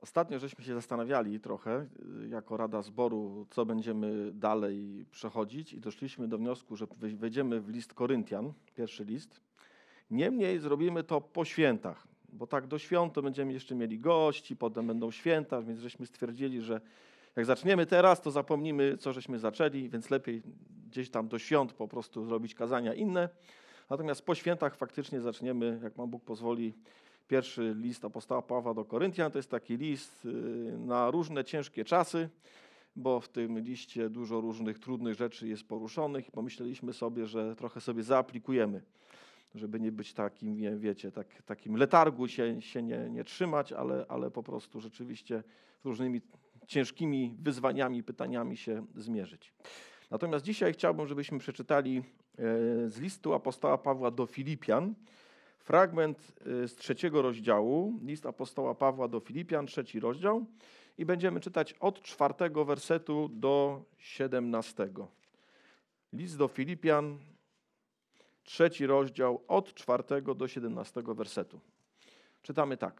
Ostatnio żeśmy się zastanawiali trochę jako Rada Zboru, co będziemy dalej przechodzić i doszliśmy do wniosku, że wejdziemy w list Koryntian, pierwszy list. Niemniej zrobimy to po świętach, bo tak do świąt to będziemy jeszcze mieli gości, potem będą święta, więc żeśmy stwierdzili, że jak zaczniemy teraz, to zapomnimy, co żeśmy zaczęli, więc lepiej gdzieś tam do świąt po prostu zrobić kazania inne. Natomiast po świętach faktycznie zaczniemy, jak Pan Bóg pozwoli, pierwszy list apostoła Pawła do Koryntian. To jest taki list na różne ciężkie czasy, bo w tym liście dużo różnych trudnych rzeczy jest poruszonych i pomyśleliśmy sobie, że trochę sobie zaaplikujemy, żeby nie być takim, wiecie, takim letargu się nie trzymać, ale po prostu rzeczywiście różnymi ciężkimi wyzwaniami, pytaniami się zmierzyć. Natomiast dzisiaj chciałbym, żebyśmy przeczytali z listu apostoła Pawła do Filipian, fragment z 3 rozdziału, list apostoła Pawła do Filipian, 3 rozdział i będziemy czytać od 4 wersetu do 17. List do Filipian, 3 rozdział od 4 do 17 wersetu. Czytamy tak.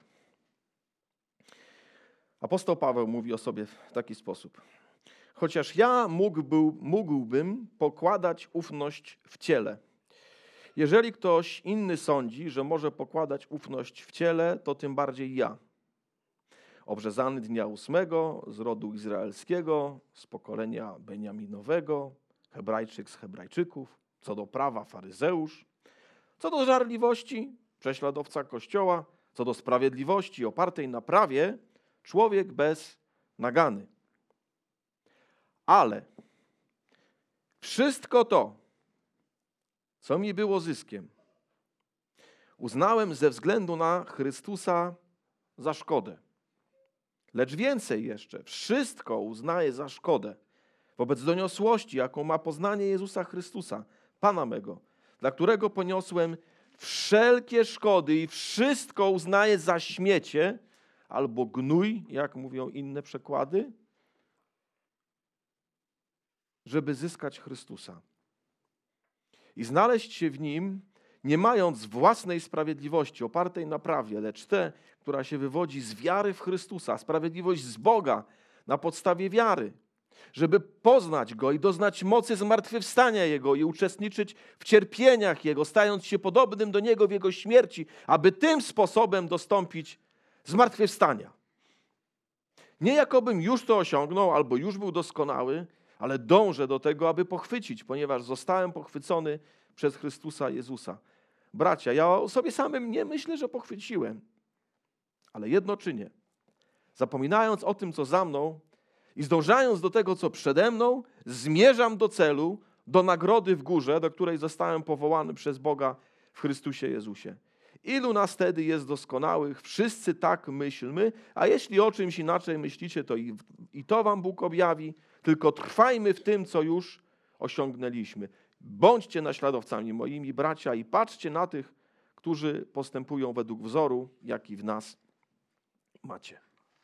Apostoł Paweł mówi o sobie w taki sposób. Chociaż ja mógłbym pokładać ufność w ciele. Jeżeli ktoś inny sądzi, że może pokładać ufność w ciele, to tym bardziej ja. Obrzezany dnia 8 z rodu izraelskiego, z pokolenia Beniaminowego, Hebrajczyk z Hebrajczyków, co do prawa faryzeusz, co do żarliwości, prześladowca Kościoła, co do sprawiedliwości opartej na prawie, człowiek bez nagany. Ale wszystko to, co mi było zyskiem, uznałem ze względu na Chrystusa za szkodę. Lecz więcej jeszcze, wszystko uznaję za szkodę wobec doniosłości, jaką ma poznanie Jezusa Chrystusa, Pana mego, dla którego poniosłem wszelkie szkody i wszystko uznaję za śmiecie, albo gnój, jak mówią inne przekłady, żeby zyskać Chrystusa i znaleźć się w Nim, nie mając własnej sprawiedliwości opartej na prawie, lecz tę, która się wywodzi z wiary w Chrystusa, sprawiedliwość z Boga na podstawie wiary, żeby poznać Go i doznać mocy zmartwychwstania Jego i uczestniczyć w cierpieniach Jego, stając się podobnym do Niego w Jego śmierci, aby tym sposobem dostąpić zmartwychwstania. Nie jakobym już to osiągnął albo już był doskonały, ale dążę do tego, aby pochwycić, ponieważ zostałem pochwycony przez Chrystusa Jezusa. Bracia, ja o sobie samym nie myślę, że pochwyciłem, ale jedno czynię. Zapominając o tym, co za mną i zdążając do tego, co przede mną, zmierzam do celu, do nagrody w górze, do której zostałem powołany przez Boga w Chrystusie Jezusie. Ilu nas wtedy jest doskonałych? Wszyscy tak myślmy, a jeśli o czymś inaczej myślicie, to i to wam Bóg objawi, tylko trwajmy w tym, co już osiągnęliśmy. Bądźcie naśladowcami moimi, bracia, i patrzcie na tych, którzy postępują według wzoru, jaki w nas macie.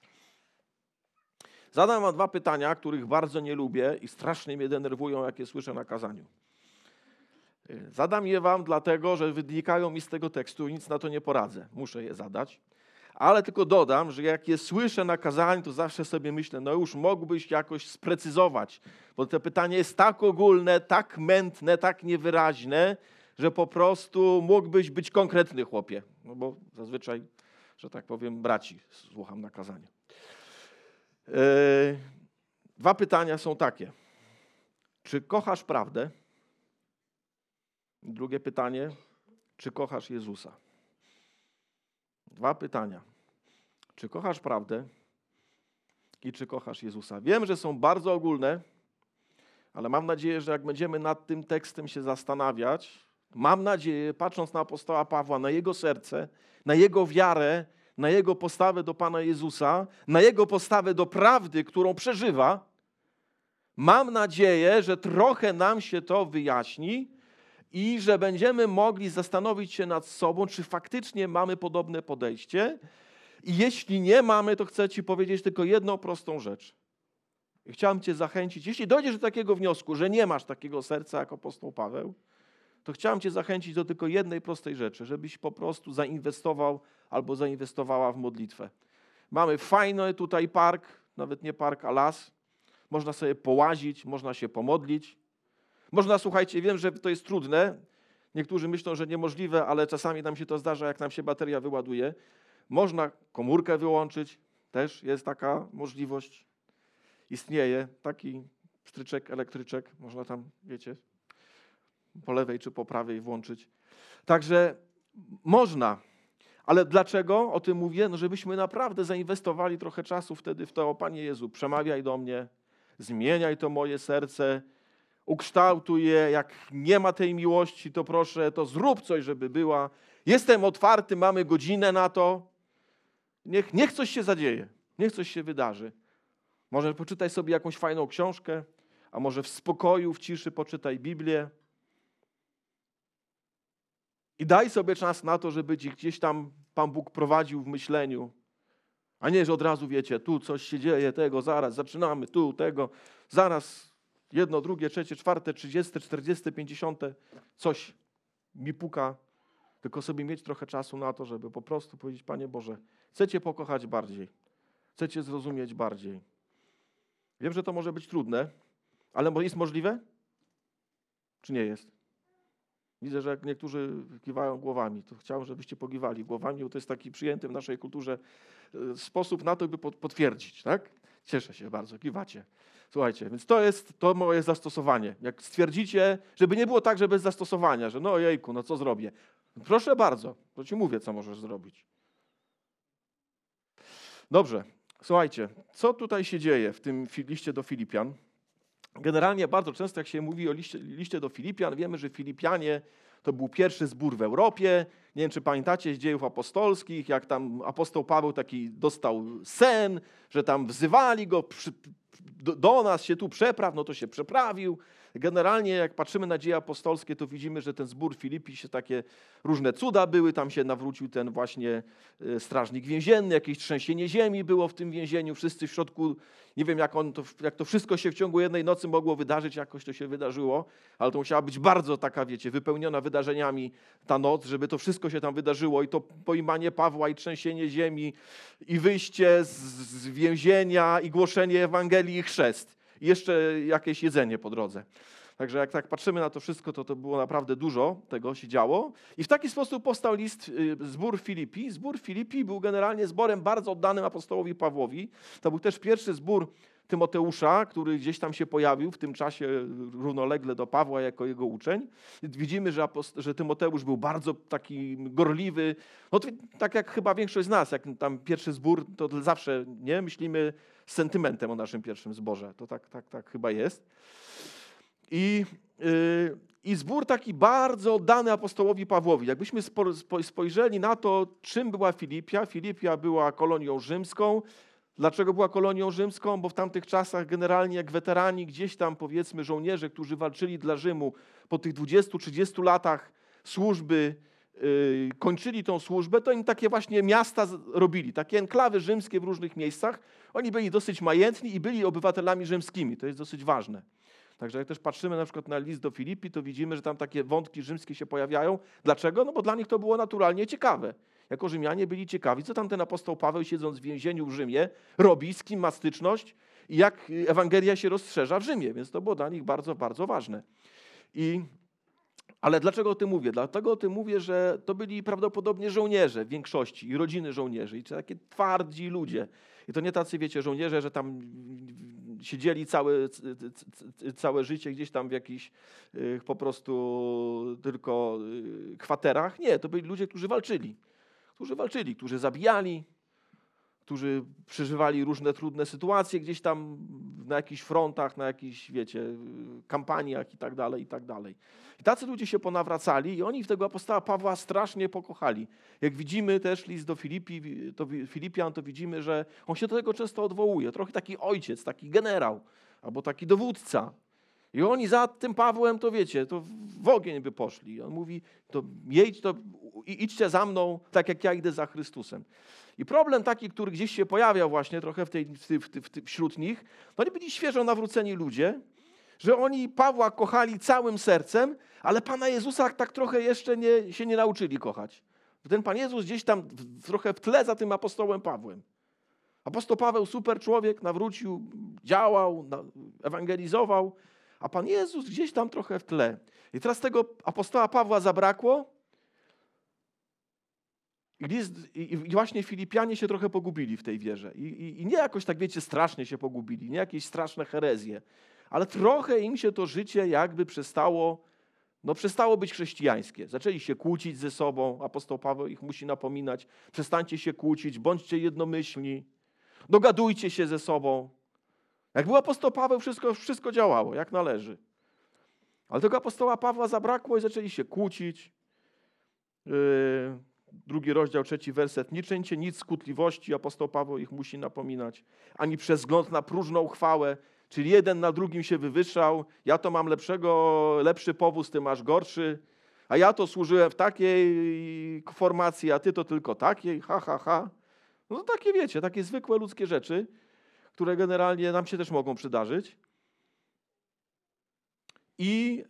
Zadam wam 2 pytania, których bardzo nie lubię i strasznie mnie denerwują, jak je słyszę na kazaniu. Zadam je wam dlatego, że wynikają mi z tego tekstu i nic na to nie poradzę. Muszę je zadać. Ale tylko dodam, że jak je słyszę na kazaniu, to zawsze sobie myślę, no już mógłbyś jakoś sprecyzować, bo to pytanie jest tak ogólne, tak mętne, tak niewyraźne, że po prostu mógłbyś być konkretny, chłopie. No bo zazwyczaj, że tak powiem, braci słucham na kazaniu. 2 pytania są takie. Czy kochasz prawdę? Drugie pytanie, czy kochasz Jezusa? 2 pytania. Czy kochasz prawdę i czy kochasz Jezusa? Wiem, że są bardzo ogólne, ale mam nadzieję, że jak będziemy nad tym tekstem się zastanawiać, mam nadzieję, patrząc na apostoła Pawła, na jego serce, na jego wiarę, na jego postawę do Pana Jezusa, na jego postawę do prawdy, którą przeżywa, mam nadzieję, że trochę nam się to wyjaśni i że będziemy mogli zastanowić się nad sobą, czy faktycznie mamy podobne podejście. I jeśli nie mamy, to chcę Ci powiedzieć tylko jedną prostą rzecz. I chciałem Cię zachęcić, jeśli dojdziesz do takiego wniosku, że nie masz takiego serca jak apostoł Paweł, to chciałem Cię zachęcić do tylko jednej prostej rzeczy, żebyś po prostu zainwestował albo zainwestowała w modlitwę. Mamy fajny tutaj park, nawet nie park, a las. Można sobie połazić, można się pomodlić. Można, słuchajcie, wiem, że to jest trudne. Niektórzy myślą, że niemożliwe, ale czasami nam się to zdarza, jak nam się bateria wyładuje. Można komórkę wyłączyć, też jest taka możliwość. Istnieje taki pstryczek, elektryczek. Można tam, wiecie, po lewej czy po prawej włączyć. Także można. Ale dlaczego o tym mówię? No żebyśmy naprawdę zainwestowali trochę czasu wtedy w to, o Panie Jezu, przemawiaj do mnie, zmieniaj to moje serce, ukształtuj je, jak nie ma tej miłości, to proszę, to zrób coś, żeby była. Jestem otwarty, mamy godzinę na to. Niech coś się zadzieje, niech coś się wydarzy. Może poczytaj sobie jakąś fajną książkę, a może w spokoju, w ciszy poczytaj Biblię. I daj sobie czas na to, żeby ci gdzieś tam Pan Bóg prowadził w myśleniu. A nie, że od razu wiecie, tu coś się dzieje, tego, zaraz, zaczynamy, tu, tego, zaraz, jedno, drugie, trzecie, czwarte, 30, 40, 50, coś mi puka. Tylko sobie mieć trochę czasu na to, żeby po prostu powiedzieć, Panie Boże, chcę Cię pokochać bardziej, chcę Cię zrozumieć bardziej. Wiem, że to może być trudne, ale jest możliwe? Czy nie jest? Widzę, że jak niektórzy kiwają głowami, to chciałbym, żebyście pokiwali głowami, bo to jest taki przyjęty w naszej kulturze sposób na to, by potwierdzić, tak? Cieszę się bardzo, kiwacie. Słuchajcie, więc to jest to moje zastosowanie. Jak stwierdzicie, żeby nie było tak, że bez zastosowania, że no jejku, no co zrobię? Proszę bardzo, to ci mówię, co możesz zrobić. Dobrze, słuchajcie, co tutaj się dzieje w tym liście do Filipian? Generalnie bardzo często, jak się mówi o liście do Filipian, wiemy, że Filipianie to był pierwszy zbór w Europie. Nie wiem, czy pamiętacie z dziejów apostolskich, jak tam apostoł Paweł taki dostał sen, że tam wzywali go, do nas się tu przepraw, no to się przeprawił. Generalnie jak patrzymy na dzieje apostolskie, to widzimy, że ten zbór Filipi się takie różne cuda były, tam się nawrócił ten właśnie strażnik więzienny, jakieś trzęsienie ziemi było w tym więzieniu, wszyscy w środku, nie wiem jak to wszystko się w ciągu jednej nocy mogło wydarzyć, jakoś to się wydarzyło, ale to musiała być bardzo taka, wiecie, wypełniona wydarzeniami ta noc, żeby to wszystko się tam wydarzyło i to pojmanie Pawła i trzęsienie ziemi i wyjście z więzienia i głoszenie Ewangelii i chrzest. I jeszcze jakieś jedzenie po drodze. Także jak tak patrzymy na to wszystko, to było naprawdę dużo tego się działo. I w taki sposób powstał zbór Filipi. Zbór Filipi był generalnie zborem bardzo oddanym apostołowi Pawłowi. To był też pierwszy zbór Tymoteusza, który gdzieś tam się pojawił w tym czasie równolegle do Pawła jako jego uczeń. Widzimy, że Tymoteusz był bardzo taki gorliwy. No to, tak jak chyba większość z nas, jak tam pierwszy zbór, to zawsze nie myślimy z sentymentem o naszym pierwszym zborze. To tak chyba jest. I zbór taki bardzo oddany apostołowi Pawłowi. Jakbyśmy spojrzeli na to, czym była Filipia. Filipia była kolonią rzymską. Dlaczego była kolonią rzymską? Bo w tamtych czasach generalnie jak weterani, gdzieś tam powiedzmy żołnierze, którzy walczyli dla Rzymu po tych 20-30 latach służby, kończyli tą służbę, to im takie właśnie miasta robili, takie enklawy rzymskie w różnych miejscach. Oni byli dosyć majętni i byli obywatelami rzymskimi. To jest dosyć ważne. Także jak też patrzymy na przykład na list do Filipi, to widzimy, że tam takie wątki rzymskie się pojawiają. Dlaczego? No bo dla nich to było naturalnie ciekawe. Jako Rzymianie byli ciekawi, co tam ten apostoł Paweł, siedząc w więzieniu w Rzymie, robi, z kim ma styczność i jak Ewangelia się rozszerza w Rzymie. Więc to było dla nich bardzo, bardzo ważne. Ale dlaczego o tym mówię? Dlatego o tym mówię, że to byli prawdopodobnie żołnierze w większości i rodziny żołnierzy. I takie twardzi ludzie. I to nie tacy, wiecie, żołnierze, że tam siedzieli całe życie gdzieś tam w jakichś po prostu tylko kwaterach. Nie, to byli ludzie, którzy walczyli, którzy zabijali, którzy przeżywali różne trudne sytuacje gdzieś tam na jakichś frontach, na jakichś, wiecie, kampaniach i tak dalej, i tak dalej. I tacy ludzie się ponawracali i oni w tego apostoła Pawła strasznie pokochali. Jak widzimy też list do Filipian, to widzimy, że on się do tego często odwołuje. Trochę taki ojciec, taki generał, albo taki dowódca. I oni za tym Pawłem, to wiecie, to w ogień by poszli. On mówi, to idźcie za mną, tak jak ja idę za Chrystusem. I problem taki, który gdzieś się pojawiał właśnie trochę wśród nich, to oni byli świeżo nawróceni ludzie, że oni Pawła kochali całym sercem, ale Pana Jezusa tak trochę jeszcze się nie nauczyli kochać. Ten Pan Jezus gdzieś tam trochę w tle za tym apostołem Pawłem. Apostoł Paweł, super człowiek, nawrócił, działał, ewangelizował, a Pan Jezus gdzieś tam trochę w tle. I teraz tego apostoła Pawła zabrakło i właśnie Filipianie się trochę pogubili w tej wierze. I nie jakoś tak, wiecie, strasznie się pogubili, nie jakieś straszne herezje, ale trochę im się to życie jakby przestało być chrześcijańskie. Zaczęli się kłócić ze sobą, apostoł Paweł ich musi napominać, przestańcie się kłócić, bądźcie jednomyślni, dogadujcie się ze sobą. Jak był apostoł Paweł, wszystko działało, jak należy. Ale tego apostoła Pawła zabrakło i zaczęli się kłócić. 2 rozdział, 3 werset. Nie czyńcie nic z kłótliwości, apostoł Paweł ich musi napominać, ani przez wzgląd na próżną chwałę, czyli jeden na drugim się wywyższał, ja to mam lepszy powóz, ty masz gorszy, a ja to służyłem w takiej formacji, a ty to tylko takiej, ha. No takie wiecie, takie zwykłe ludzkie rzeczy, które generalnie nam się też mogą przydarzyć. I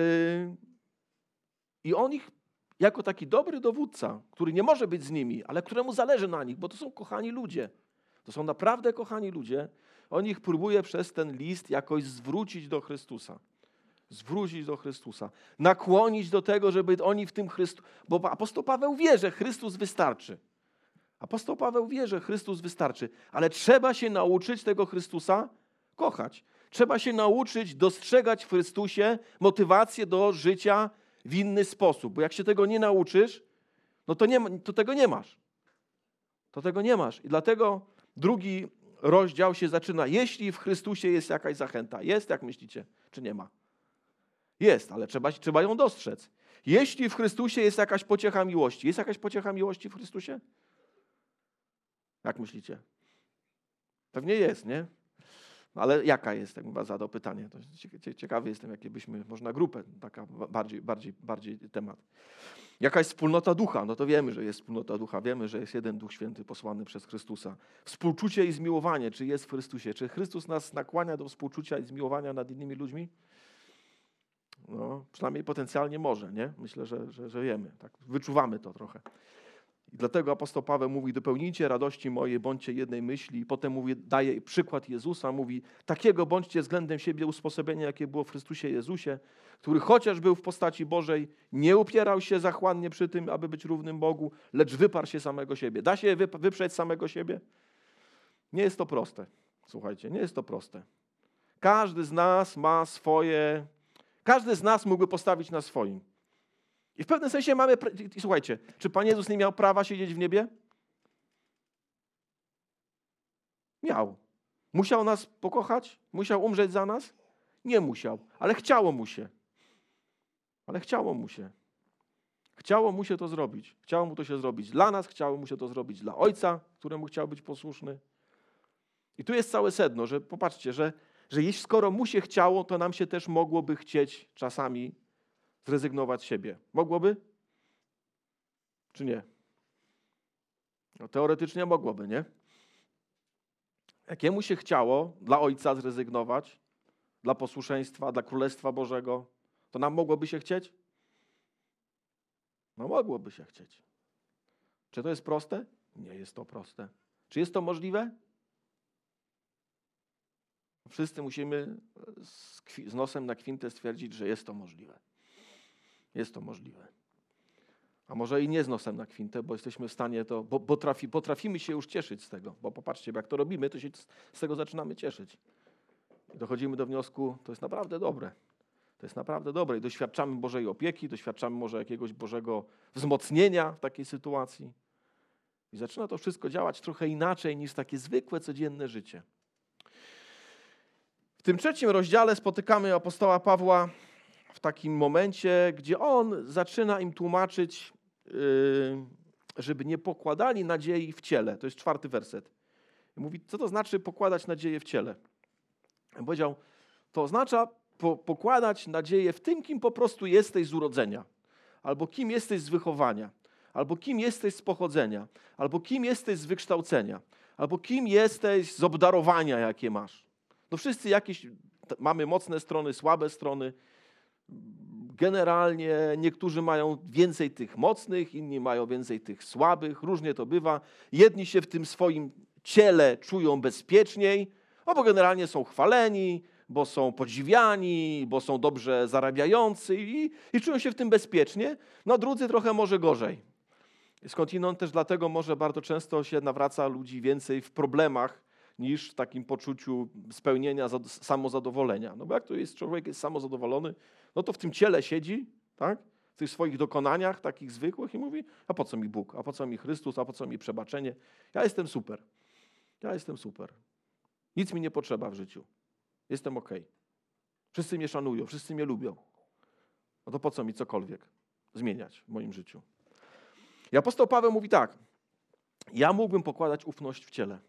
on ich jako taki dobry dowódca, który nie może być z nimi, ale któremu zależy na nich, bo to są kochani ludzie. To są naprawdę kochani ludzie. On ich próbuje przez ten list jakoś zwrócić do Chrystusa. Zwrócić do Chrystusa. Nakłonić do tego, żeby oni w tym Chrystusie... Bo apostoł Paweł wie, że Chrystus wystarczy. Apostoł Paweł wie, że Chrystus wystarczy. Ale trzeba się nauczyć tego Chrystusa kochać. Trzeba się nauczyć dostrzegać w Chrystusie motywację do życia w inny sposób. Bo jak się tego nie nauczysz, no to tego nie masz. To tego nie masz. I dlatego 2 rozdział się zaczyna. Jeśli w Chrystusie jest jakaś zachęta. Jest, jak myślicie? Czy nie ma? Jest, ale trzeba ją dostrzec. Jeśli w Chrystusie jest jakaś pociecha miłości. Jest jakaś pociecha miłości w Chrystusie? Jak myślicie? Pewnie jest, nie? Ale jaka jest? Jakbym was zadał pytanie. To ciekawy jestem, jakie byśmy, można grupę, taka bardziej temat. Jaka jest wspólnota ducha? No to wiemy, że jest wspólnota ducha. Wiemy, że jest jeden Duch Święty posłany przez Chrystusa. Współczucie i zmiłowanie, czy jest w Chrystusie? Czy Chrystus nas nakłania do współczucia i zmiłowania nad innymi ludźmi? No, przynajmniej potencjalnie może, nie? Myślę, że wiemy. Tak? Wyczuwamy to trochę. I dlatego apostoł Paweł mówi, dopełnijcie radości mojej, bądźcie jednej myśli. I potem mówi, daje przykład Jezusa, mówi, takiego bądźcie względem siebie usposobienia, jakie było w Chrystusie Jezusie, który chociaż był w postaci Bożej, nie upierał się zachłannie przy tym, aby być równym Bogu, lecz wyparł się samego siebie. Da się wyprzeć samego siebie? Nie jest to proste. Słuchajcie, nie jest to proste. Każdy z nas ma swoje, każdy z nas mógłby postawić na swoim. I w pewnym sensie mamy... I słuchajcie, czy Pan Jezus nie miał prawa siedzieć w niebie? Miał. Musiał nas pokochać? Musiał umrzeć za nas? Nie musiał, ale chciało mu się. Chciało mu się to zrobić. Chciało mu to się zrobić dla nas, chciało mu się to zrobić dla Ojca, któremu chciał być posłuszny. I tu jest całe sedno, że popatrzcie, że jeśli skoro mu się chciało, to nam się też mogłoby chcieć czasami zrezygnować z siebie. Mogłoby? Czy nie? No, teoretycznie mogłoby, nie? Jakiemu się chciało dla Ojca zrezygnować, dla posłuszeństwa, dla Królestwa Bożego, to nam mogłoby się chcieć? No mogłoby się chcieć. Czy to jest proste? Nie jest to proste. Czy jest to możliwe? Wszyscy musimy z nosem na kwintę stwierdzić, że jest to możliwe. Jest to możliwe. A może i nie z nosem na kwintę, bo jesteśmy w stanie to, bo potrafimy się już cieszyć z tego. Bo popatrzcie, jak to robimy, to się z tego zaczynamy cieszyć. I dochodzimy do wniosku, to jest naprawdę dobre. To jest naprawdę dobre i doświadczamy Bożej opieki, doświadczamy może jakiegoś Bożego wzmocnienia w takiej sytuacji. I zaczyna to wszystko działać trochę inaczej niż takie zwykłe, codzienne życie. W tym 3 rozdziale spotykamy apostoła Pawła w takim momencie, gdzie on zaczyna im tłumaczyć, żeby nie pokładali nadziei w ciele. To jest 4 werset. I mówi, co to znaczy pokładać nadzieję w ciele? On powiedział, to oznacza pokładać nadzieję w tym, kim po prostu jesteś z urodzenia, albo kim jesteś z wychowania, albo kim jesteś z pochodzenia, albo kim jesteś z wykształcenia, albo kim jesteś z obdarowania, jakie masz. No wszyscy jakieś mamy mocne strony, słabe strony. Generalnie niektórzy mają więcej tych mocnych, inni mają więcej tych słabych. Różnie to bywa. Jedni się w tym swoim ciele czują bezpieczniej, bo generalnie są chwaleni, bo są podziwiani, bo są dobrze zarabiający i czują się w tym bezpiecznie. No drudzy trochę może gorzej. Skądinąd też dlatego może bardzo często się nawraca ludzi więcej w problemach niż w takim poczuciu spełnienia, samozadowolenia. No bo jak to jest, człowiek jest samozadowolony, no to w tym ciele siedzi, tak? W tych swoich dokonaniach takich zwykłych i mówi, a po co mi Bóg, a po co mi Chrystus, a po co mi przebaczenie? Ja jestem super. Ja jestem super. Nic mi nie potrzeba w życiu. Jestem okej. Wszyscy mnie szanują, wszyscy mnie lubią. No to po co mi cokolwiek zmieniać w moim życiu? I apostoł Paweł mówi tak, ja mógłbym pokładać ufność w ciele.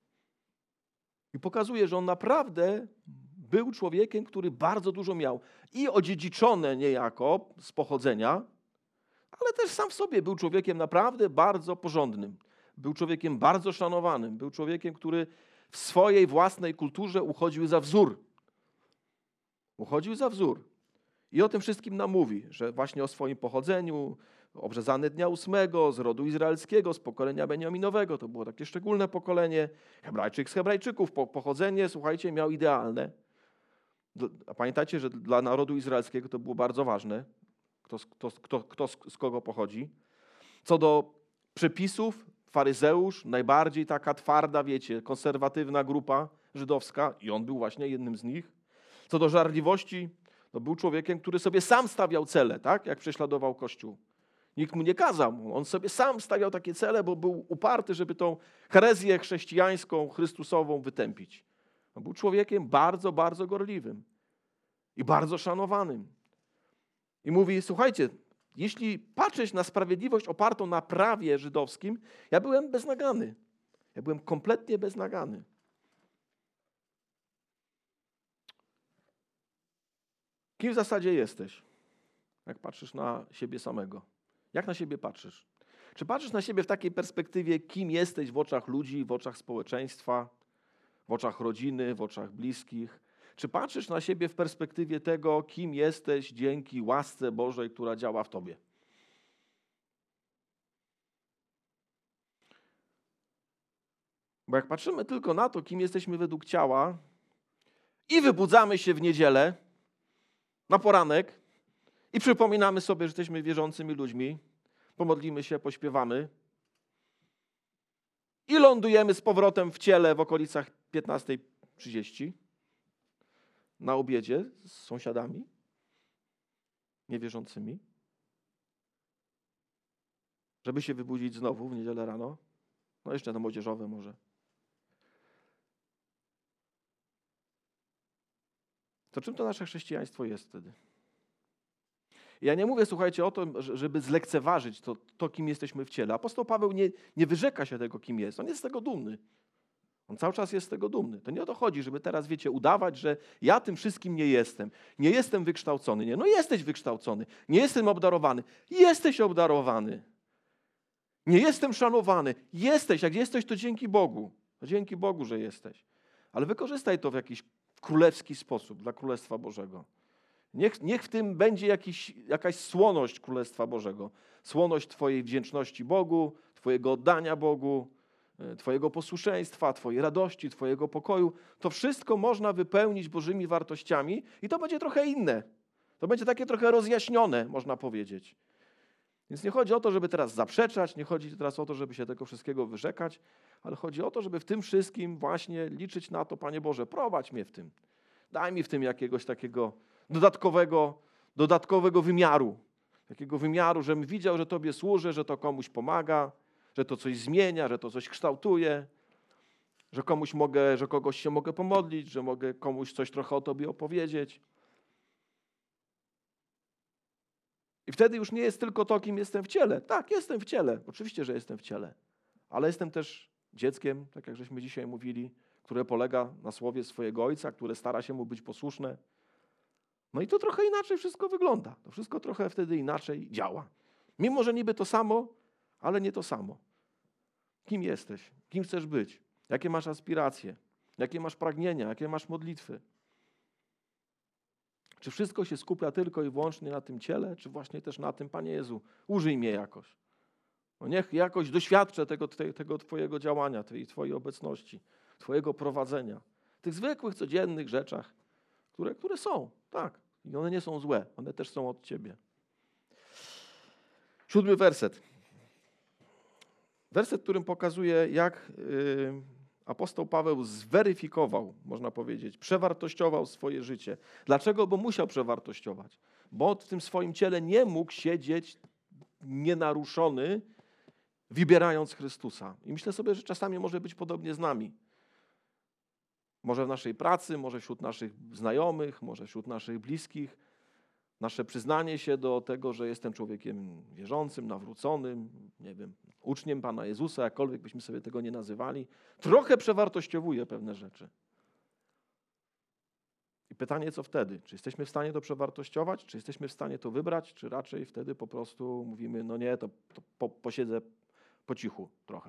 I pokazuje, że on naprawdę był człowiekiem, który bardzo dużo miał. I odziedziczone niejako z pochodzenia, ale też sam w sobie był człowiekiem naprawdę bardzo porządnym. Był człowiekiem bardzo szanowanym. Był człowiekiem, który w swojej własnej kulturze uchodził za wzór. Uchodził za wzór. I o tym wszystkim nam mówi, że właśnie o swoim pochodzeniu, obrzezany dnia 8 z rodu izraelskiego, z pokolenia Beniaminowego. To było takie szczególne pokolenie. Hebrajczyk z Hebrajczyków. Pochodzenie, słuchajcie, miał idealne. A pamiętajcie, że dla narodu izraelskiego to było bardzo ważne, kto z kogo pochodzi. Co do przepisów, faryzeusz, najbardziej taka twarda, wiecie, konserwatywna grupa żydowska i on był właśnie jednym z nich. Co do żarliwości, no był człowiekiem, który sobie sam stawiał cele, tak? Jak prześladował Kościół. Nikt mu nie kazał, on sobie sam stawiał takie cele, bo był uparty, żeby tą herezję chrześcijańską, chrystusową wytępić. On był człowiekiem bardzo, bardzo gorliwym i bardzo szanowanym. I mówi, słuchajcie, jeśli patrzeć na sprawiedliwość opartą na prawie żydowskim, ja byłem beznagany. Ja byłem kompletnie beznagany. Kim w zasadzie jesteś, jak patrzysz na siebie samego? Jak na siebie patrzysz? Czy patrzysz na siebie w takiej perspektywie, kim jesteś w oczach ludzi, w oczach społeczeństwa, w oczach rodziny, w oczach bliskich? Czy patrzysz na siebie w perspektywie tego, kim jesteś dzięki łasce Bożej, która działa w tobie? Bo jak patrzymy tylko na to, kim jesteśmy według ciała i wybudzamy się w niedzielę na poranek i przypominamy sobie, że jesteśmy wierzącymi ludźmi, pomodlimy się, pośpiewamy i lądujemy z powrotem w ciele w okolicach 15:30 na obiedzie z sąsiadami niewierzącymi, żeby się wybudzić znowu w niedzielę rano, no jeszcze na młodzieżowe może. To czym to nasze chrześcijaństwo jest wtedy? Ja nie mówię, słuchajcie, o to, żeby zlekceważyć to, kim jesteśmy w ciele. Apostoł Paweł nie wyrzeka się tego, kim jest. On jest z tego dumny. On cały czas jest z tego dumny. To nie o to chodzi, żeby teraz, wiecie, udawać, że ja tym wszystkim nie jestem. Nie jestem wykształcony. Nie, no jesteś wykształcony. Nie jestem obdarowany. Jesteś obdarowany. Nie jestem szanowany. Jesteś. Jak jesteś, to dzięki Bogu. To dzięki Bogu, że jesteś. Ale wykorzystaj to w jakiś królewski sposób dla Królestwa Bożego. Niech w tym będzie jakaś słoność Królestwa Bożego. Słoność twojej wdzięczności Bogu, twojego oddania Bogu, twojego posłuszeństwa, twojej radości, twojego pokoju. To wszystko można wypełnić Bożymi wartościami i to będzie trochę inne. To będzie takie trochę rozjaśnione, można powiedzieć. Więc nie chodzi o to, żeby teraz zaprzeczać, nie chodzi teraz o to, żeby się tego wszystkiego wyrzekać, ale chodzi o to, żeby w tym wszystkim właśnie liczyć na to, Panie Boże, prowadź mnie w tym. Daj mi w tym jakiegoś takiego dodatkowego wymiaru. Takiego wymiaru, żebym widział, że Tobie służę, że to komuś pomaga, że to coś zmienia, że to coś kształtuje, że kogoś się mogę pomodlić, że mogę komuś coś trochę o Tobie opowiedzieć. I wtedy już nie jest tylko to, kim jestem w ciele. Tak, jestem w ciele. Oczywiście, że jestem w ciele. Ale jestem też dzieckiem, tak jak żeśmy dzisiaj mówili, które polega na słowie swojego ojca, które stara się mu być posłuszne. No i to trochę inaczej wszystko wygląda. To wszystko trochę wtedy inaczej działa. Mimo, że niby to samo, ale nie to samo. Kim jesteś? Kim chcesz być? Jakie masz aspiracje? Jakie masz pragnienia? Jakie masz modlitwy? Czy wszystko się skupia tylko i wyłącznie na tym ciele, czy właśnie też na tym, Panie Jezu, użyj mnie jakoś. No niech jakoś doświadczę tego Twojego działania, Twojej obecności, Twojego prowadzenia. W tych zwykłych, codziennych rzeczach, które są, tak. I one nie są złe, one też są od Ciebie. 7 werset. Werset, którym pokazuje, jak apostoł Paweł zweryfikował, można powiedzieć, przewartościował swoje życie. Dlaczego? Bo musiał przewartościować. Bo w tym swoim ciele nie mógł siedzieć nienaruszony, wybierając Chrystusa. I myślę sobie, że czasami może być podobnie z nami. Może w naszej pracy, może wśród naszych znajomych, może wśród naszych bliskich. Nasze przyznanie się do tego, że jestem człowiekiem wierzącym, nawróconym, nie wiem, uczniem Pana Jezusa, jakkolwiek byśmy sobie tego nie nazywali, trochę przewartościowuje pewne rzeczy. I pytanie, co wtedy? Czy jesteśmy w stanie to przewartościować? Czy jesteśmy w stanie to wybrać? Czy raczej wtedy po prostu mówimy, no nie, to posiedzę po cichu trochę.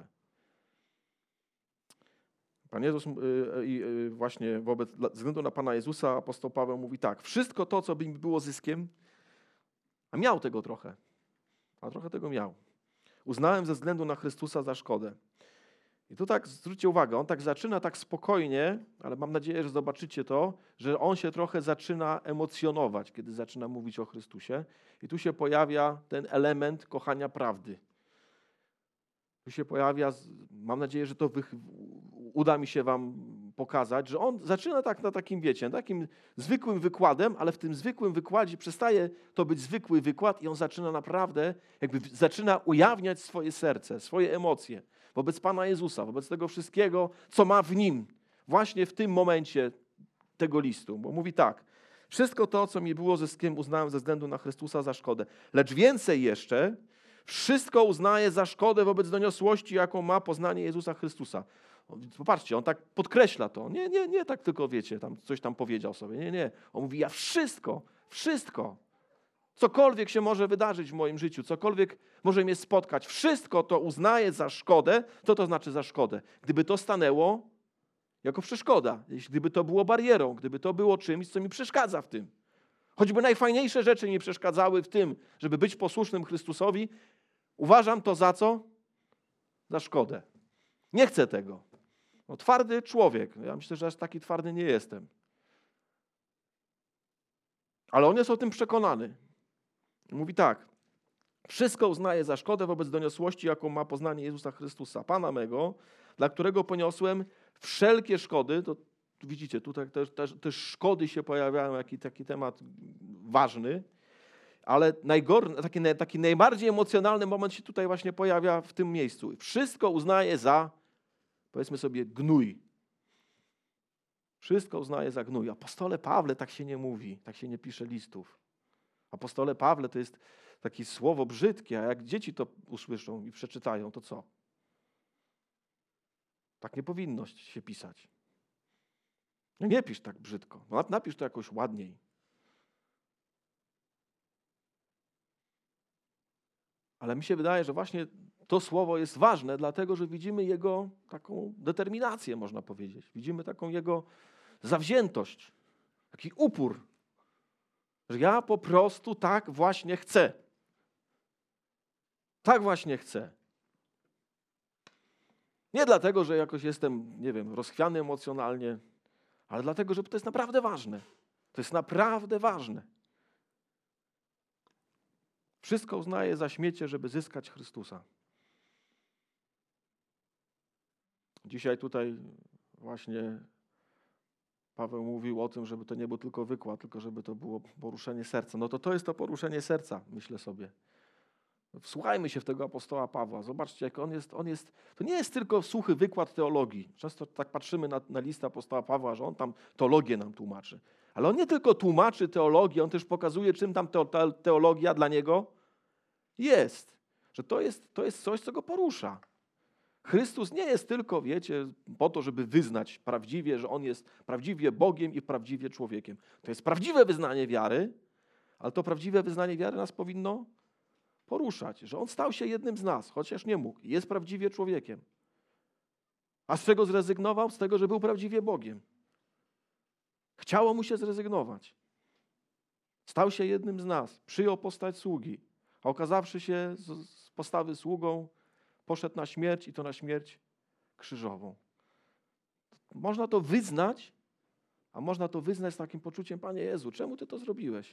Pan Jezus właśnie ze względu na Pana Jezusa apostoł Paweł mówi tak, wszystko to, co by mi było zyskiem, a miał tego trochę, a trochę tego miał. Uznałem ze względu na Chrystusa za szkodę. I tu tak, zwróćcie uwagę, on tak zaczyna tak spokojnie, ale mam nadzieję, że zobaczycie to, że on się trochę zaczyna emocjonować, kiedy zaczyna mówić o Chrystusie. I tu się pojawia ten element kochania prawdy. Tu się pojawia, mam nadzieję, że to uda mi się wam pokazać, że on zaczyna tak na takim, wiecie, takim zwykłym wykładem, ale w tym zwykłym wykładzie przestaje to być zwykły wykład i on zaczyna naprawdę, zaczyna ujawniać swoje serce, swoje emocje wobec Pana Jezusa, wobec tego wszystkiego, co ma w nim, właśnie w tym momencie tego listu. Bo mówi tak, wszystko to, co mi było zyskiem, uznałem ze względu na Chrystusa za szkodę. Lecz więcej jeszcze, wszystko uznaję za szkodę wobec doniosłości, jaką ma poznanie Jezusa Chrystusa. Popatrzcie, on tak podkreśla to. Nie tak tylko, wiecie, tam coś tam powiedział sobie. Nie. On mówi, ja wszystko, cokolwiek się może wydarzyć w moim życiu, cokolwiek może mnie spotkać, wszystko to uznaję za szkodę. Co to znaczy za szkodę? Gdyby to stanęło jako przeszkoda, gdyby to było barierą, gdyby to było czymś, co mi przeszkadza w tym. Choćby najfajniejsze rzeczy mi przeszkadzały w tym, żeby być posłusznym Chrystusowi, uważam to za co? Za szkodę. Nie chcę tego. No, twardy człowiek. Ja myślę, że aż taki twardy nie jestem. Ale on jest o tym przekonany. Mówi tak. Wszystko uznaję za szkodę wobec doniosłości, jaką ma poznanie Jezusa Chrystusa, Pana mego, dla którego poniosłem wszelkie szkody. To widzicie, tutaj też szkody się pojawiają, taki temat ważny. Ale taki najbardziej emocjonalny moment się tutaj właśnie pojawia w tym miejscu. Wszystko uznaję za, powiedzmy sobie, gnój. Wszystko uznaję za gnój. Apostole Pawle tak się nie mówi, tak się nie pisze listów. Apostole Pawle to jest takie słowo brzydkie, a jak dzieci to usłyszą i przeczytają, to co? Tak nie powinno się pisać. No nie pisz tak brzydko, napisz to jakoś ładniej. Ale mi się wydaje, że właśnie to słowo jest ważne, dlatego że widzimy jego taką determinację, można powiedzieć. Widzimy taką jego zawziętość, taki upór, że ja po prostu tak właśnie chcę. Tak właśnie chcę. Nie dlatego, że jakoś jestem, nie wiem, rozchwiany emocjonalnie, ale dlatego, że to jest naprawdę ważne. To jest naprawdę ważne. Wszystko uznaję za śmiecie, żeby zyskać Chrystusa. Dzisiaj tutaj właśnie Paweł mówił o tym, żeby to nie był tylko wykład, tylko żeby to było poruszenie serca. No to jest to poruszenie serca, myślę sobie. Wsłuchajmy się w tego apostoła Pawła. Zobaczcie, jak on jest. To nie jest tylko suchy wykład teologii. Często tak patrzymy na listę apostoła Pawła, że on tam teologię nam tłumaczy. Ale on nie tylko tłumaczy teologię, on też pokazuje, czym tam teologia dla niego jest. Że to jest coś, co go porusza. Chrystus nie jest tylko, wiecie, po to, żeby wyznać prawdziwie, że On jest prawdziwie Bogiem i prawdziwie człowiekiem. To jest prawdziwe wyznanie wiary, ale to prawdziwe wyznanie wiary nas powinno poruszać, że On stał się jednym z nas, chociaż nie mógł. Jest prawdziwie człowiekiem. A z czego zrezygnował? Z tego, że był prawdziwie Bogiem. Chciało Mu się zrezygnować. Stał się jednym z nas, przyjął postać sługi, a okazawszy się z postawy sługą, poszedł na śmierć i to na śmierć krzyżową. Można to wyznać, a można to wyznać z takim poczuciem, Panie Jezu, czemu Ty to zrobiłeś?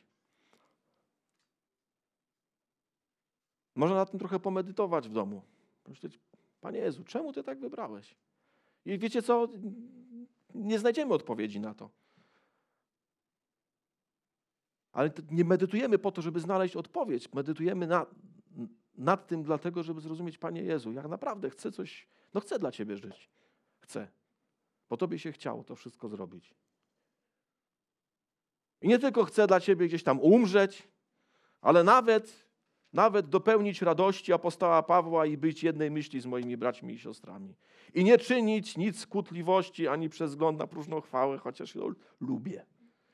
Można nad tym trochę pomedytować w domu. Pomyśleć, Panie Jezu, czemu Ty tak wybrałeś? I wiecie co? Nie znajdziemy odpowiedzi na to. Ale nie medytujemy po to, żeby znaleźć odpowiedź. Medytujemy nad tym dlatego, żeby zrozumieć, Panie Jezu, jak naprawdę chcę coś, chcę dla Ciebie żyć. Chcę. Bo Tobie się chciało to wszystko zrobić. I nie tylko chcę dla Ciebie gdzieś tam umrzeć, ale nawet dopełnić radości apostoła Pawła i być jednej myśli z moimi braćmi i siostrami. I nie czynić nic z kłótliwości, ani przez wzgląd na próżną chwałę, chociaż ją lubię.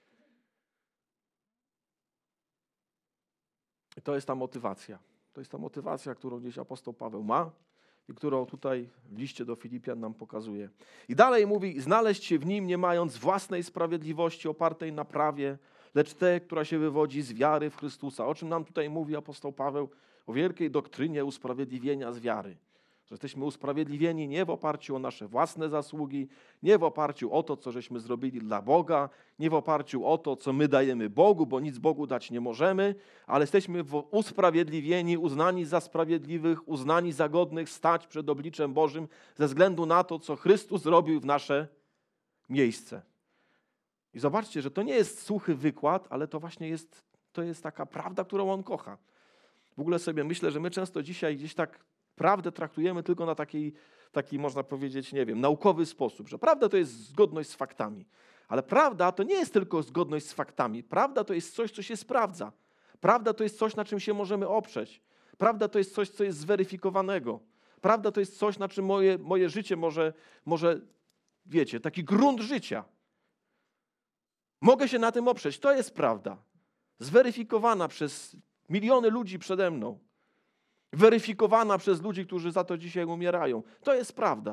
I to jest ta motywacja. To jest ta motywacja, którą gdzieś apostoł Paweł ma i którą tutaj w liście do Filipian nam pokazuje. I dalej mówi, znaleźć się w nim, nie mając własnej sprawiedliwości opartej na prawie, lecz tej, która się wywodzi z wiary w Chrystusa. O czym nam tutaj mówi apostoł Paweł? O wielkiej doktrynie usprawiedliwienia z wiary. Że jesteśmy usprawiedliwieni nie w oparciu o nasze własne zasługi, nie w oparciu o to, co żeśmy zrobili dla Boga, nie w oparciu o to, co my dajemy Bogu, bo nic Bogu dać nie możemy, ale jesteśmy usprawiedliwieni, uznani za sprawiedliwych, uznani za godnych stać przed obliczem Bożym ze względu na to, co Chrystus zrobił w nasze miejsce. I zobaczcie, że to nie jest suchy wykład, ale to właśnie jest taka prawda, którą On kocha. W ogóle sobie myślę, że my często dzisiaj gdzieś tak prawdę traktujemy tylko na taki, można powiedzieć, nie wiem, naukowy sposób, że prawda to jest zgodność z faktami. Ale prawda to nie jest tylko zgodność z faktami. Prawda to jest coś, co się sprawdza. Prawda to jest coś, na czym się możemy oprzeć. Prawda to jest coś, co jest zweryfikowanego. Prawda to jest coś, na czym moje życie może, wiecie, taki grunt życia. Mogę się na tym oprzeć. To jest prawda. Zweryfikowana przez miliony ludzi przede mną. Weryfikowana przez ludzi, którzy za to dzisiaj umierają. To jest prawda.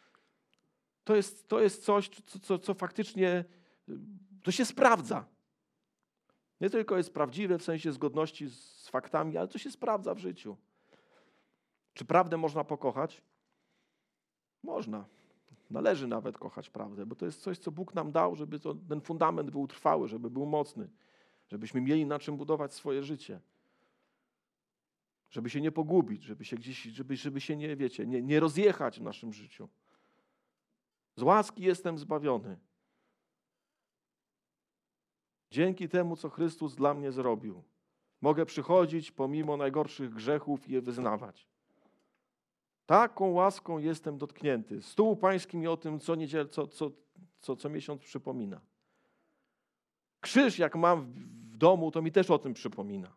To jest coś, co faktycznie to się sprawdza. Nie tylko jest prawdziwe w sensie zgodności z faktami, ale to się sprawdza w życiu. Czy prawdę można pokochać? Można. Należy nawet kochać prawdę, bo to jest coś, co Bóg nam dał, żeby ten fundament był trwały, żeby był mocny, żebyśmy mieli na czym budować swoje życie. Żeby się nie pogubić, żeby się nie, wiecie, nie rozjechać w naszym życiu. Z łaski jestem zbawiony. Dzięki temu, co Chrystus dla mnie zrobił, mogę przychodzić pomimo najgorszych grzechów i je wyznawać. Taką łaską jestem dotknięty. Stół Pański mi o tym co miesiąc przypomina. Krzyż, jak mam w domu, to mi też o tym przypomina.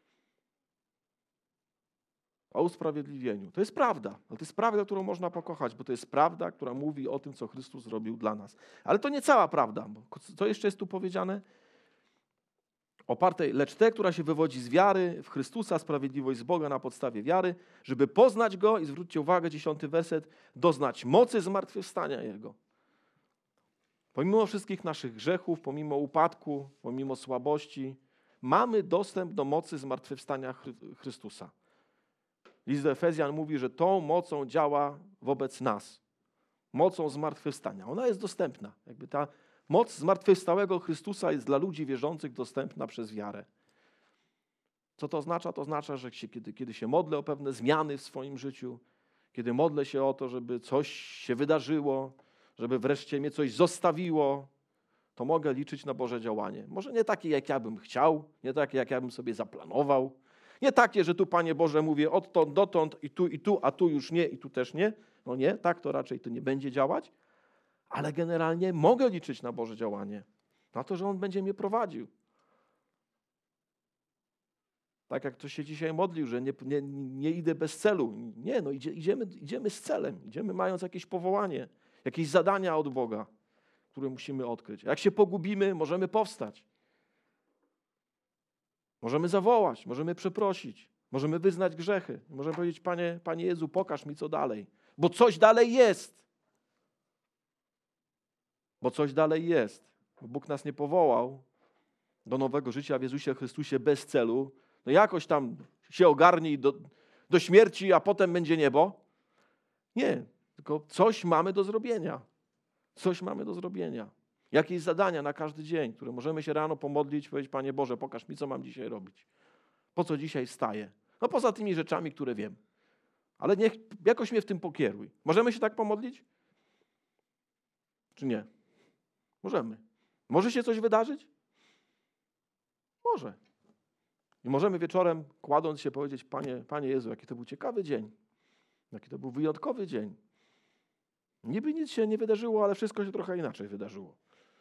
O usprawiedliwieniu. To jest prawda, ale to jest prawda, którą można pokochać, bo to jest prawda, która mówi o tym, co Chrystus zrobił dla nas. Ale to nie cała prawda, bo co jeszcze jest tu powiedziane? Opartej, lecz te, która się wywodzi z wiary w Chrystusa, sprawiedliwość z Boga na podstawie wiary, żeby poznać Go, i zwróćcie uwagę, 10 werset, doznać mocy zmartwychwstania Jego. Pomimo wszystkich naszych grzechów, pomimo upadku, pomimo słabości, mamy dostęp do mocy zmartwychwstania Chrystusa. List do Efezjan mówi, że tą mocą działa wobec nas. Mocą zmartwychwstania. Ona jest dostępna. Jakby ta moc zmartwychwstałego Chrystusa jest dla ludzi wierzących dostępna przez wiarę. Co to oznacza? To oznacza, że kiedy się modlę o pewne zmiany w swoim życiu, kiedy modlę się o to, żeby coś się wydarzyło, żeby wreszcie mnie coś zostawiło, to mogę liczyć na Boże działanie. Może nie takie, jak ja bym chciał, nie takie, jak ja bym sobie zaplanował, nie takie, że tu, Panie Boże, mówię odtąd, dotąd i tu, a tu już nie i tu też nie. No nie, tak to raczej to nie będzie działać, ale generalnie mogę liczyć na Boże działanie, na to, że On będzie mnie prowadził. Tak jak ktoś się dzisiaj modlił, że nie idę bez celu. Nie, no idziemy z celem, idziemy mając jakieś powołanie, jakieś zadania od Boga, które musimy odkryć. Jak się pogubimy, możemy powstać. Możemy zawołać, możemy przeprosić, możemy wyznać grzechy. Możemy powiedzieć, Panie Jezu, pokaż mi, co dalej. Bo coś dalej jest. Bo coś dalej jest. Bo Bóg nas nie powołał do nowego życia w Jezusie Chrystusie bez celu. No jakoś tam się ogarnij do śmierci, a potem będzie niebo. Nie, tylko coś mamy do zrobienia. Coś mamy do zrobienia. Jakieś zadania na każdy dzień, które możemy się rano pomodlić i powiedzieć: Panie Boże, pokaż mi, co mam dzisiaj robić. Po co dzisiaj wstaję? No poza tymi rzeczami, które wiem. Ale niech jakoś mnie w tym pokieruj. Możemy się tak pomodlić? Czy nie? Możemy. Może się coś wydarzyć? Może. I możemy wieczorem, kładąc się, powiedzieć: Panie Jezu, jaki to był ciekawy dzień. Jaki to był wyjątkowy dzień. Niby nic się nie wydarzyło, ale wszystko się trochę inaczej wydarzyło.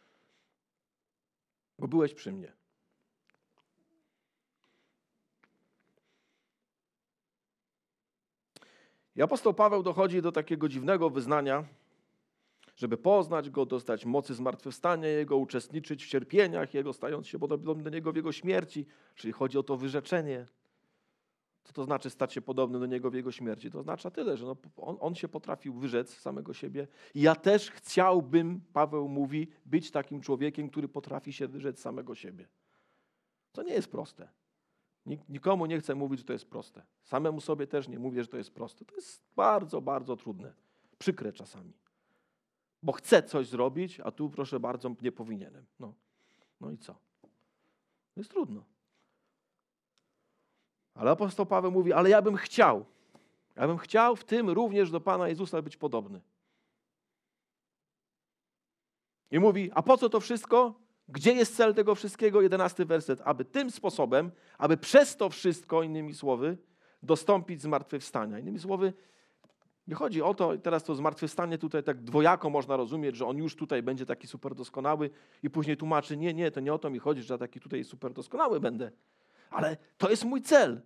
Bo byłeś przy mnie. I apostoł Paweł dochodzi do takiego dziwnego wyznania, żeby poznać Go, dostać mocy zmartwychwstania Jego, uczestniczyć w cierpieniach Jego, stając się podobnym do Niego w Jego śmierci. Czyli chodzi o to wyrzeczenie. Co to znaczy stać się podobnym do Niego w Jego śmierci? To oznacza tyle, że on się potrafił wyrzec samego siebie. I ja też chciałbym, Paweł mówi, być takim człowiekiem, który potrafi się wyrzec samego siebie. To nie jest proste. Nikomu nie chcę mówić, że to jest proste. Samemu sobie też nie mówię, że to jest proste. To jest bardzo, bardzo trudne. Przykre czasami. Bo chcę coś zrobić, a tu, proszę bardzo, nie powinienem. No i co? To jest trudno. Ale apostoł Paweł mówi: ale ja bym chciał. Ja bym chciał w tym również do Pana Jezusa być podobny. I mówi: a po co to wszystko? Gdzie jest cel tego wszystkiego? 11 werset. Aby tym sposobem, aby przez to wszystko, innymi słowy, dostąpić zmartwychwstania. Innymi słowy, nie chodzi o to, i teraz to zmartwychwstanie tutaj tak dwojako można rozumieć, że on już tutaj będzie taki super doskonały i później tłumaczy: nie, to nie o to mi chodzi, że ja taki tutaj super doskonały będę. Ale to jest mój cel.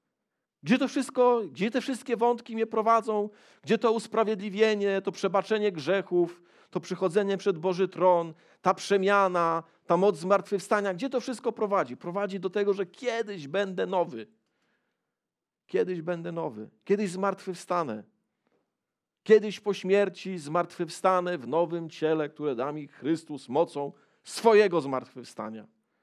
Gdzie te wszystkie wątki mnie prowadzą? Gdzie to usprawiedliwienie, to przebaczenie grzechów, to przychodzenie przed Boży tron, ta przemiana, ta moc zmartwychwstania, gdzie to wszystko prowadzi? Prowadzi do tego, że kiedyś będę nowy. Kiedyś będę nowy. Kiedyś zmartwychwstanę. Kiedyś po śmierci zmartwychwstanę w nowym ciele, które da mi Chrystus mocą swojego zmartwychwstania.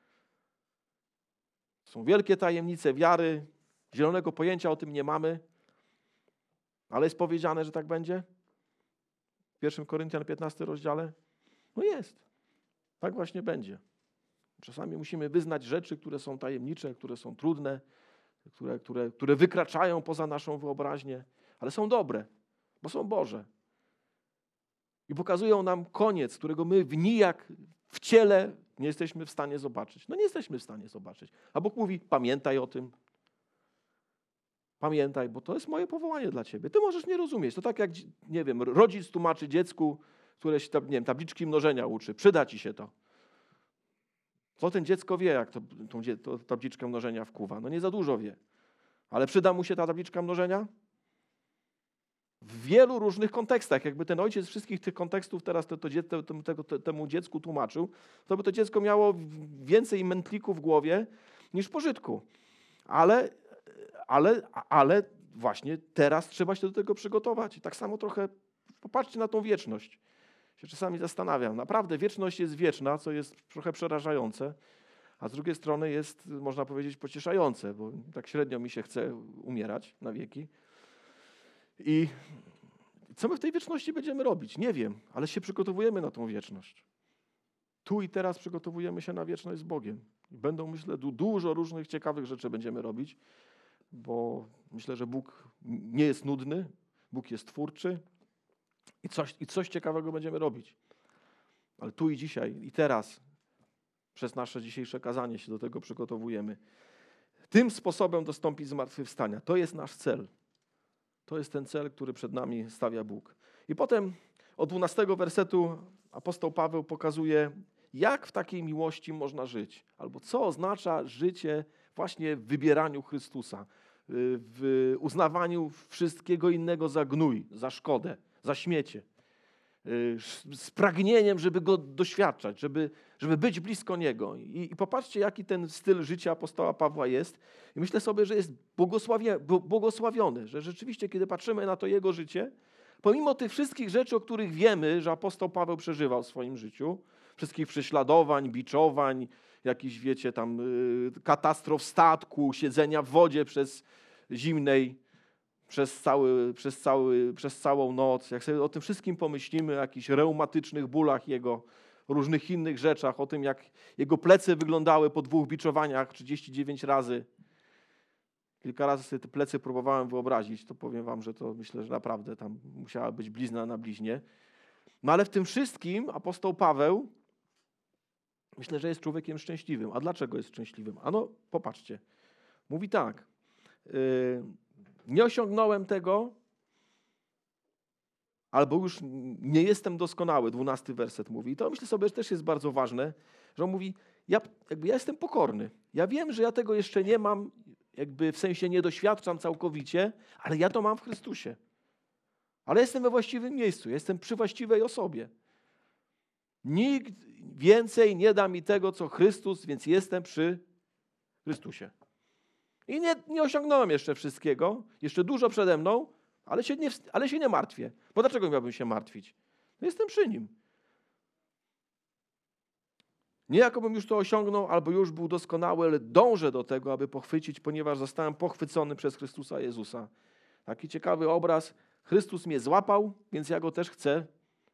Są wielkie tajemnice wiary. Zielonego pojęcia o tym nie mamy, ale jest powiedziane, że tak będzie. W 1 Koryntian 15 rozdziale. No jest. Tak właśnie będzie. Czasami musimy wyznać rzeczy, które są tajemnicze, które są trudne, które wykraczają poza naszą wyobraźnię, ale są dobre, bo są Boże. I pokazują nam koniec, którego my nijak w ciele nie jesteśmy w stanie zobaczyć. No nie jesteśmy w stanie zobaczyć. A Bóg mówi: pamiętaj o tym. Pamiętaj, bo to jest moje powołanie dla ciebie. Ty możesz nie rozumieć. To tak jak, nie wiem, rodzic tłumaczy dziecku, które się, nie wiem, tabliczki mnożenia uczy. Przyda ci się to. Co ten dziecko wie, jak tą tabliczkę mnożenia wkuwa? No nie za dużo wie. Ale przyda mu się ta tabliczka mnożenia? W wielu różnych kontekstach. Jakby ten ojciec wszystkich tych kontekstów teraz temu dziecku tłumaczył, to by to dziecko miało więcej mętlików w głowie niż pożytku. Ale właśnie teraz trzeba się do tego przygotować. I tak samo trochę popatrzcie na tą wieczność. Się czasami zastanawiam. Naprawdę wieczność jest wieczna, co jest trochę przerażające, a z drugiej strony jest, można powiedzieć, pocieszające, bo tak średnio mi się chce umierać na wieki. I co my w tej wieczności będziemy robić? Nie wiem, ale się przygotowujemy na tą wieczność. Tu i teraz przygotowujemy się na wieczność z Bogiem. Będą, myślę, dużo różnych ciekawych rzeczy będziemy robić, bo myślę, że Bóg nie jest nudny, Bóg jest twórczy i coś ciekawego będziemy robić. Ale tu i dzisiaj, i teraz, przez nasze dzisiejsze kazanie się do tego przygotowujemy. Tym sposobem dostąpić zmartwychwstania. To jest nasz cel. To jest ten cel, który przed nami stawia Bóg. I potem od 12 wersetu apostoł Paweł pokazuje, jak w takiej miłości można żyć. Albo co oznacza życie właśnie w wybieraniu Chrystusa. W uznawaniu wszystkiego innego za gnój, za szkodę, za śmiecie. Z pragnieniem, żeby Go doświadczać, żeby być blisko Niego. I popatrzcie, jaki ten styl życia apostoła Pawła jest. I myślę sobie, że jest błogosławiony, że rzeczywiście, kiedy patrzymy na to jego życie, pomimo tych wszystkich rzeczy, o których wiemy, że apostoł Paweł przeżywał w swoim życiu, wszystkich prześladowań, biczowań, jakichś, wiecie, tam katastrof statku, siedzenia w wodzie przez zimnej, przez całą noc. Jak sobie o tym wszystkim pomyślimy, o jakichś reumatycznych bólach jego, różnych innych rzeczach, o tym, jak jego plecy wyglądały po 2 biczowaniach 39 razy. Kilka razy sobie te plecy próbowałem wyobrazić, to powiem wam, że to myślę, że naprawdę tam musiała być blizna na bliźnie. No ale w tym wszystkim apostoł Paweł, myślę, że jest człowiekiem szczęśliwym. A dlaczego jest szczęśliwym? Ano, popatrzcie. Mówi tak. Nie osiągnąłem tego, albo już nie jestem doskonały. 12 werset mówi. I to myślę sobie, że też jest bardzo ważne, że on mówi, ja jestem pokorny. Ja wiem, że ja tego jeszcze nie mam, jakby w sensie nie doświadczam całkowicie, ale ja to mam w Chrystusie. Ale jestem we właściwym miejscu, jestem przy właściwej osobie. Nikt więcej nie da mi tego, co Chrystus, więc jestem przy Chrystusie. I nie osiągnąłem jeszcze wszystkiego, jeszcze dużo przede mną, ale się nie martwię. Bo dlaczego miałbym się martwić? No jestem przy Nim. Nie jakobym już to osiągnął, albo już był doskonały, ale dążę do tego, aby pochwycić, ponieważ zostałem pochwycony przez Chrystusa Jezusa. Taki ciekawy obraz. Chrystus mnie złapał, więc ja Go też chcę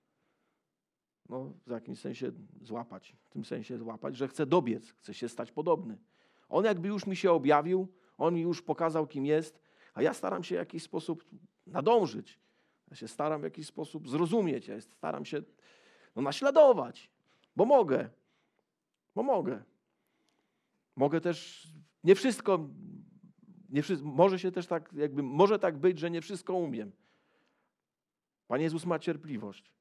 w jakimś sensie złapać. W tym sensie złapać, że chcę dobiec, chcę się stać podobny. On jakby już mi się objawił, On mi już pokazał, kim jest, a ja staram się w jakiś sposób nadążyć. Ja się staram w jakiś sposób zrozumieć, ja staram się naśladować, bo mogę. Mogę też, nie wszystko, może się też tak, może tak być, że nie wszystko umiem. Pan Jezus ma cierpliwość.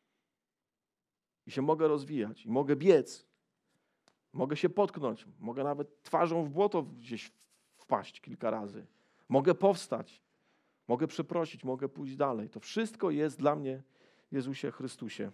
I się mogę rozwijać, i mogę biec. Mogę się potknąć, mogę nawet twarzą w błoto gdzieś wpaść kilka razy. Mogę powstać, mogę przeprosić, mogę pójść dalej. To wszystko jest dla mnie w Jezusie Chrystusie.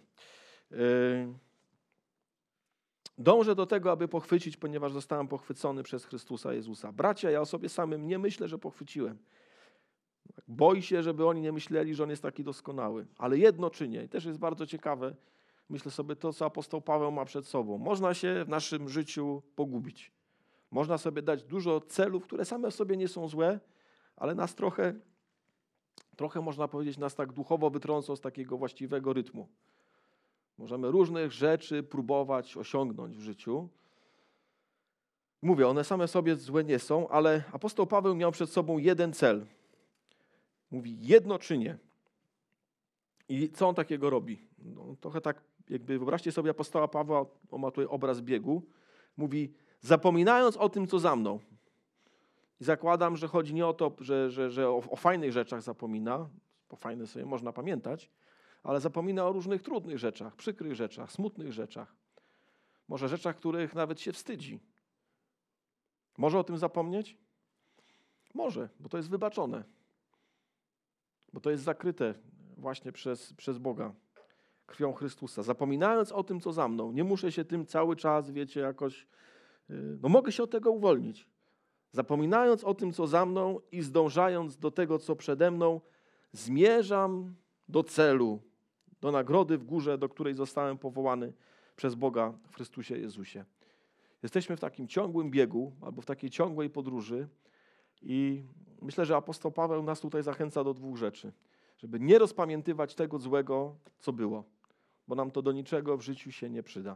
Dążę do tego, aby pochwycić, ponieważ zostałem pochwycony przez Chrystusa Jezusa. Bracia, ja o sobie samym nie myślę, że pochwyciłem. Boi się, żeby oni nie myśleli, że on jest taki doskonały. Ale jedno czynię. I też jest bardzo ciekawe, myślę sobie to, co apostoł Paweł ma przed sobą. Można się w naszym życiu pogubić. Można sobie dać dużo celów, które same w sobie nie są złe, ale nas trochę można powiedzieć, nas tak duchowo wytrącą z takiego właściwego rytmu. Możemy różnych rzeczy próbować osiągnąć w życiu. Mówię, one same w sobie złe nie są, ale apostoł Paweł miał przed sobą jeden cel. Mówi, jedno czynię. I co on takiego robi? Trochę tak, jakby wyobraźcie sobie apostoła Pawła, on ma tutaj obraz biegu. Mówi, zapominając o tym, co za mną. I zakładam, że chodzi nie o to, że o fajnych rzeczach zapomina, bo fajne sobie można pamiętać, ale zapomina o różnych trudnych rzeczach, przykrych rzeczach, smutnych rzeczach. Może rzeczach, których nawet się wstydzi. Może o tym zapomnieć? Może, bo to jest wybaczone. Bo to jest zakryte właśnie przez Boga, krwią Chrystusa. Zapominając o tym, co za mną, nie muszę się tym cały czas, wiecie, jakoś, mogę się od tego uwolnić. Zapominając o tym, co za mną i zdążając do tego, co przede mną, zmierzam do celu, do nagrody w górze, do której zostałem powołany przez Boga w Chrystusie Jezusie. Jesteśmy w takim ciągłym biegu, albo w takiej ciągłej podróży i myślę, że apostoł Paweł nas tutaj zachęca do 2 rzeczy. Żeby nie rozpamiętywać tego złego, co było, bo nam to do niczego w życiu się nie przyda.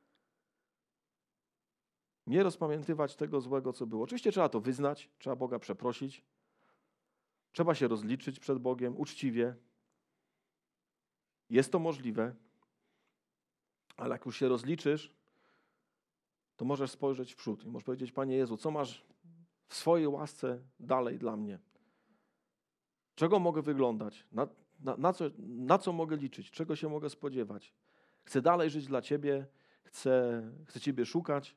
Nie rozpamiętywać tego złego, co było. Oczywiście trzeba to wyznać, trzeba Boga przeprosić, trzeba się rozliczyć przed Bogiem uczciwie. Jest to możliwe, ale jak już się rozliczysz, to możesz spojrzeć w przód i możesz powiedzieć, Panie Jezu, co masz w swojej łasce dalej dla mnie? Czego mogę wyglądać? Na co mogę liczyć? Czego się mogę spodziewać? Chcę dalej żyć dla Ciebie, chcę Ciebie szukać.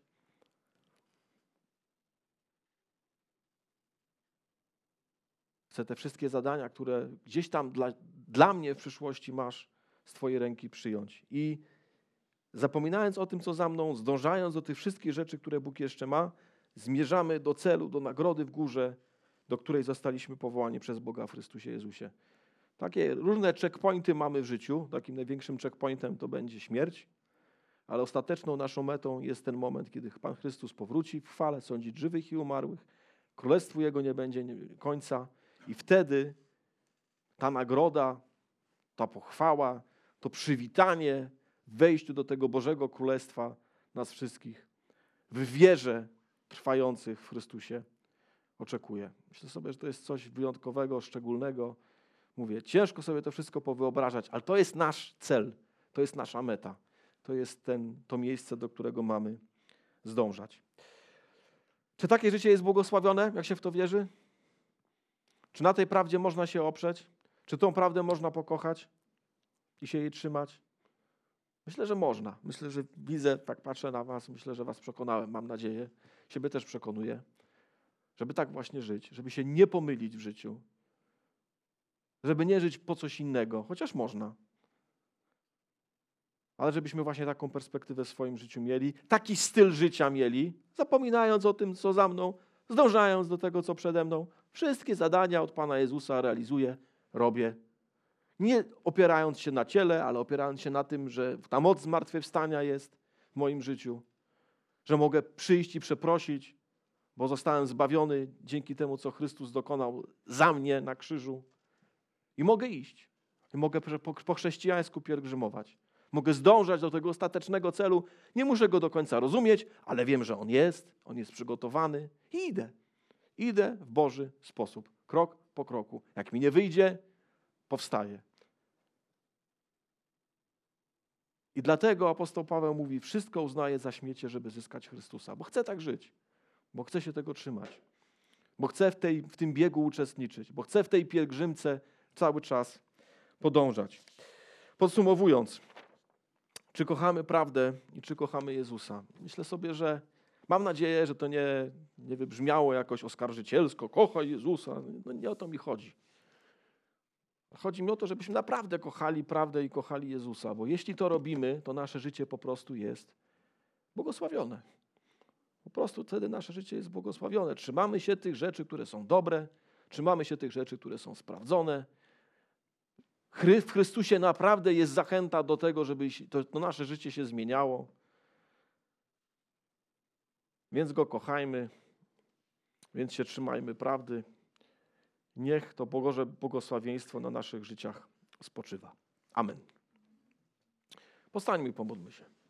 Chcę te wszystkie zadania, które gdzieś tam dla mnie w przyszłości masz, z Twojej ręki przyjąć. I zapominając o tym, co za mną, zdążając do tych wszystkich rzeczy, które Bóg jeszcze ma, zmierzamy do celu, do nagrody w górze, do której zostaliśmy powołani przez Boga w Chrystusie Jezusie. Takie różne checkpointy mamy w życiu. Takim największym checkpointem to będzie śmierć, ale ostateczną naszą metą jest ten moment, kiedy Pan Chrystus powróci w chwale sądzić żywych i umarłych. Królestwu Jego nie będzie końca I wtedy ta nagroda, ta pochwała, to przywitanie w wejściu do tego Bożego Królestwa nas wszystkich w wierze trwających w Chrystusie oczekuje. Myślę sobie, że to jest coś wyjątkowego, szczególnego. Mówię, ciężko sobie to wszystko powyobrażać, ale to jest nasz cel, to jest nasza meta. To jest to miejsce, do którego mamy zdążać. Czy takie życie jest błogosławione, jak się w to wierzy? Czy na tej prawdzie można się oprzeć? Czy tą prawdę można pokochać i się jej trzymać? Myślę, że można. Myślę, że widzę, tak patrzę na was, myślę, że was przekonałem, mam nadzieję. Siebie też przekonuję, żeby tak właśnie żyć, żeby się nie pomylić w życiu, żeby nie żyć po coś innego, chociaż można. Ale żebyśmy właśnie taką perspektywę w swoim życiu mieli, taki styl życia mieli, zapominając o tym, co za mną, zdążając do tego, co przede mną. Wszystkie zadania od Pana Jezusa realizuję, robię. Nie opierając się na ciele, ale opierając się na tym, że ta moc zmartwychwstania jest w moim życiu, że mogę przyjść i przeprosić, bo zostałem zbawiony dzięki temu, co Chrystus dokonał za mnie na krzyżu. I mogę iść. I mogę po chrześcijańsku pielgrzymować. Mogę zdążać do tego ostatecznego celu. Nie muszę go do końca rozumieć, ale wiem, że on jest przygotowany i idę. Idę w Boży sposób, krok po kroku. Jak mi nie wyjdzie, powstaję. I dlatego apostoł Paweł mówi, wszystko uznaję za śmiecie, żeby zyskać Chrystusa, bo chcę tak żyć, bo chcę się tego trzymać, bo chcę w tym biegu uczestniczyć, bo chcę w tej pielgrzymce cały czas podążać. Podsumowując, czy kochamy prawdę i czy kochamy Jezusa? Myślę sobie, że mam nadzieję, że to nie wybrzmiało jakoś oskarżycielsko, kochaj Jezusa, no nie o to mi chodzi. Chodzi mi o to, żebyśmy naprawdę kochali prawdę i kochali Jezusa, bo jeśli to robimy, to nasze życie po prostu jest błogosławione. Po prostu wtedy nasze życie jest błogosławione. Trzymamy się tych rzeczy, które są dobre, trzymamy się tych rzeczy, które są sprawdzone. W Chrystusie naprawdę jest zachęta do tego, żeby to nasze życie się zmieniało. Więc Go kochajmy, więc się trzymajmy prawdy. Niech to Boże błogosławieństwo na naszych życiach spoczywa. Amen. Powstańmy i pomódlmy się.